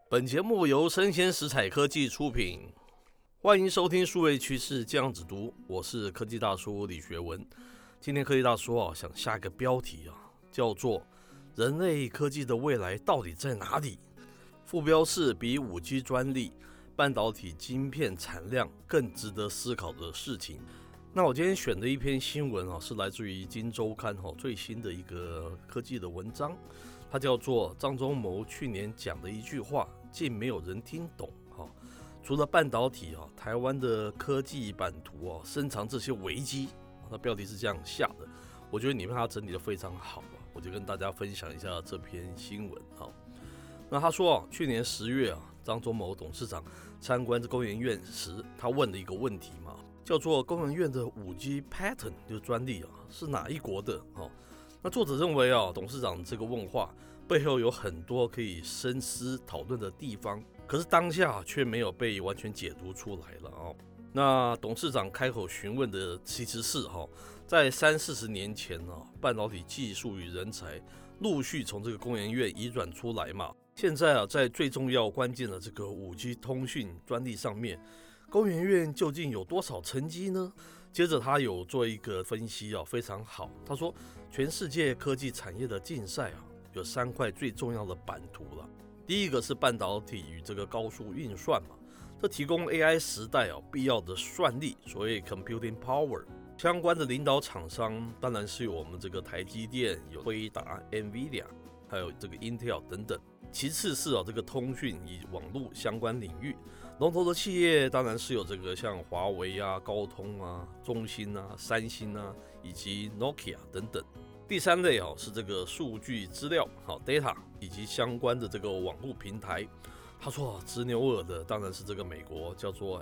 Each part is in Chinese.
本节目由生鲜食材科技出品，欢迎收听数位趋势这样子读，我是科技大叔李学文。今天科技大叔想下一个标题叫做人类科技的未来到底在哪里？副标是比 5G 专利、半导体晶片产量更值得思考的事情。那我今天选的一篇新闻是来自于今周刊最新的一个科技的文章，它叫做张忠谋去年讲的一句话，竟没有人听懂。除了半导体台湾的科技版图深藏这些危机。那标题是这样下的，我觉得里面他整理的非常好我就跟大家分享一下这篇新闻。那他说去年10月张忠谋董事长参观工研院时，他问了一个问题叫做工研院的 5G patent 就是专利是哪一国的？那作者认为董事长这个问话背后有很多可以深思讨论的地方，可是当下却没有被完全解读出来了那董事长开口询问的其实是在30-40年前半导体技术与人才陆续从这个工研院移转出来嘛。现在在最重要关键的这个 5G 通讯专利上面，工研院究竟有多少成绩呢？接着他有做一个分析非常好。他说，全世界科技产业的竞赛有3块最重要的版图了。第一个是半导体与这个高速运算嘛，这提供 AI 时代必要的算力，所谓 computing power。相关的领导厂商当然是有我们这个台积电、有辉达、NVIDIA， 还有这个 Intel 等等。其次是这个通讯与网络相关领域，龙头的企业当然是有这个像华为高通中兴三星以及 Nokia 等等。第3类是这个数据资料data 以及相关的这个网络平台。他说直牛耳的当然是这个美国叫做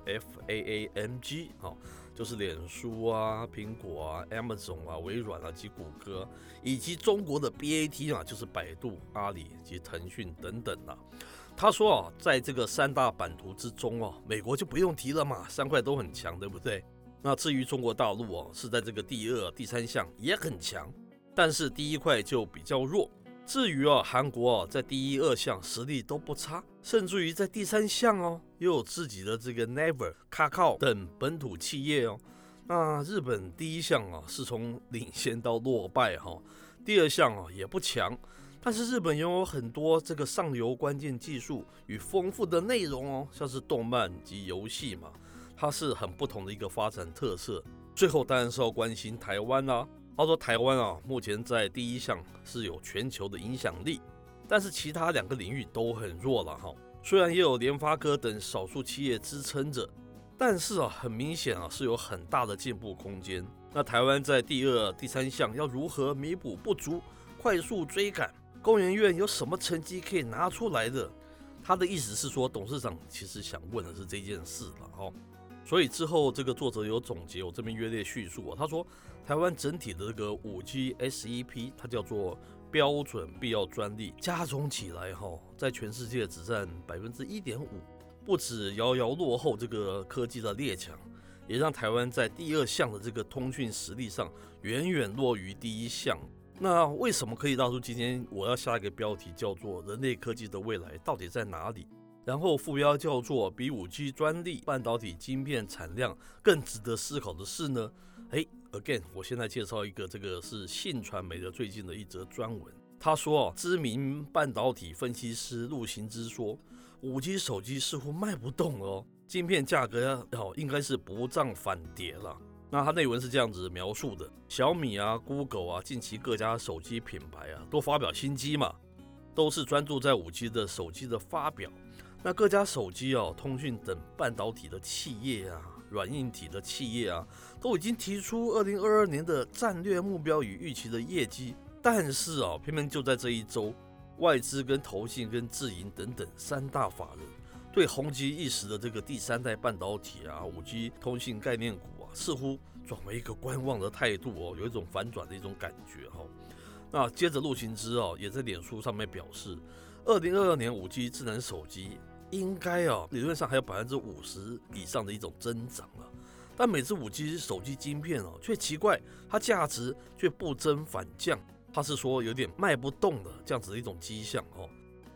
FAAMG， 就是脸书苹果Amazon微软及谷歌，以及中国的 BAT 就是百度、阿里及腾讯等等他说在这个3大版图之中美国就不用提了嘛，3块都很强，对不对？那至于中国大陆是在这个第2、第3项也很强，但是第1块就比较弱。至于韩国在第1、2项实力都不差，甚至于在第3项又有自己的这个 Naver、Kakao 等本土企业那日本第1项是从领先到落败第2项也不强，但是日本拥有很多这个上游关键技术与丰富的内容像是动漫及游戏嘛，它是很不同的一个发展特色。最后当然是要关心台湾他说台湾目前在第1项是有全球的影响力，但是其他2个领域都很弱了虽然也有联发科等少数企业支撑着，但是很明显是有很大的进步空间。那台湾在第2、第3项要如何弥补不足，快速追赶？工研院有什么成绩可以拿出来的？他的意思是说，董事长其实想问的是这件事了所以之后这个作者有总结，我这边约略叙述他说台湾整体的这个 5G SEP 它叫做标准必要专利，加总起来在全世界只占 1.5%， 不止遥遥落后这个科技的列强，也让台湾在第2项的这个通讯实力上远远落于第1项。那为什么可以到出今天我要下一个标题叫做人类科技的未来到底在哪里？然后副标叫做比 5G 专利、半导体晶片产量更值得思考的事呢？again 我现在介绍一个，这个是信传媒的最近的一则专文。他说知名半导体分析师陆行之说 5G 手机似乎卖不动了晶片价格应该是不涨反跌了。那他内文是这样子描述的，小米Google 近期各家手机品牌都发表新机嘛，都是专注在 5G 的手机的发表。那各家手机通讯等半导体的企业软硬体的企业都已经提出2022年的战略目标与预期的业绩，但是偏偏就在这一周，外资跟投信跟自营等等3大法人对红极一时的这个第3代半导体5G 通信概念股似乎转为一个观望的态度有一种反转的一种感觉那接着陆行之也在脸书上面表示，2022年5G 智能手机应该理论上还有 50% 以上的一种增长了，但每次 5G 手机晶片却奇怪，它价值却不增反降，他是说有点卖不动的这样子的一种迹象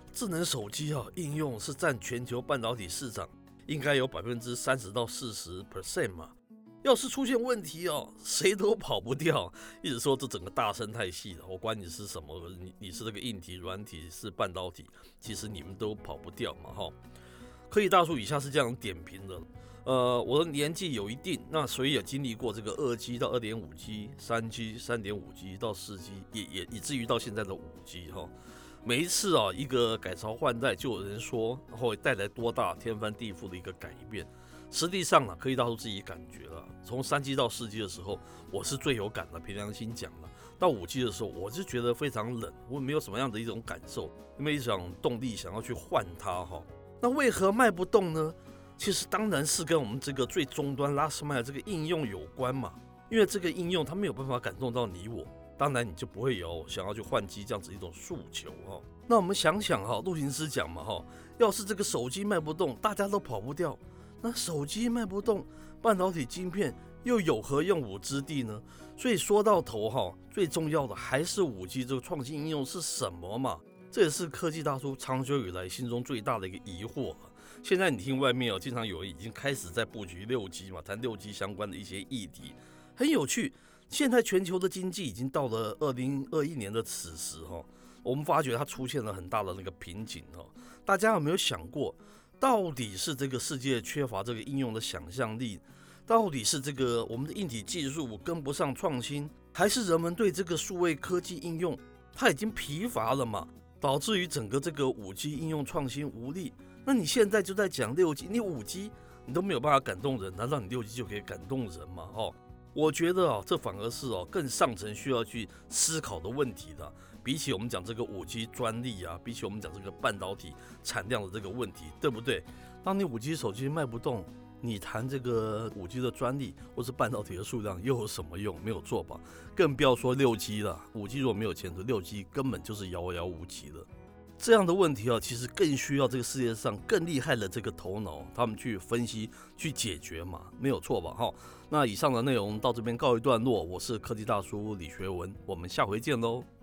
智能手机应用是占全球半导体市场应该有30%到40% 嘛。要是出现问题谁都跑不掉。一直说这整个大生态系我管你是什么，你是这个硬体、软体，是半导体，其实你们都跑不掉嘛科技大叔以下是这样点评的。我的年纪有一定，那所以也经历过这个2G 到 2.5G、3G、3.5G 到4G， 也以至于到现在的5G 每一次一个改朝换代，就有人说会带来多大天翻地覆的一个改变。实际上科技大叔自己感觉了，从3G 到4G 的时候，我是最有感的，凭良心讲了。到5G 的时候，我就觉得非常冷，我没有什么样的一种感受，没有一种动力想要去换它那为何卖不动呢？其实当然是跟我们这个最终端 last mile 这个应用有关嘛，因为这个应用它没有办法感动到你我，当然你就不会有想要去换机这样子一种诉求那我们想想陆行师讲嘛要是这个手机卖不动，大家都跑不掉，那手机卖不动，半导体晶片又有何用武之地呢？所以说到头最重要的还是 5G 这个创新应用是什么嘛？这也是科技大叔长久以来心中最大的一个疑惑现在你听外面经常有人已经开始在布局6G 嘛，谈6G 相关的一些议题，很有趣。现在全球的经济已经到了2021年的此时我们发觉它出现了很大的那个瓶颈大家有没有想过，到底是这个世界缺乏这个应用的想象力，到底是这个我们的硬体技术跟不上创新，还是人们对这个数位科技应用它已经疲乏了嘛，导致于整个这个 5G 应用创新无力？那你现在就在讲6G， 你 5G 你都没有办法感动人，难道你6G 就可以感动人吗？我觉得这反而是更上层需要去思考的问题的。比起我们讲这个 5G 专利比起我们讲这个半导体产量的这个问题，对不对？当你 5G 手机卖不动，你谈这个 5G 的专利或是半导体的数量又有什么用？没有做吧？更不要说 6G 了。5G 如果没有前途，6G 根本就是遥遥无期的。这样的问题其实更需要这个世界上更厉害的这个头脑，他们去分析、去解决嘛，没有错吧？那以上的内容到这边告一段落，我是科技大叔李学文，我们下回见喽。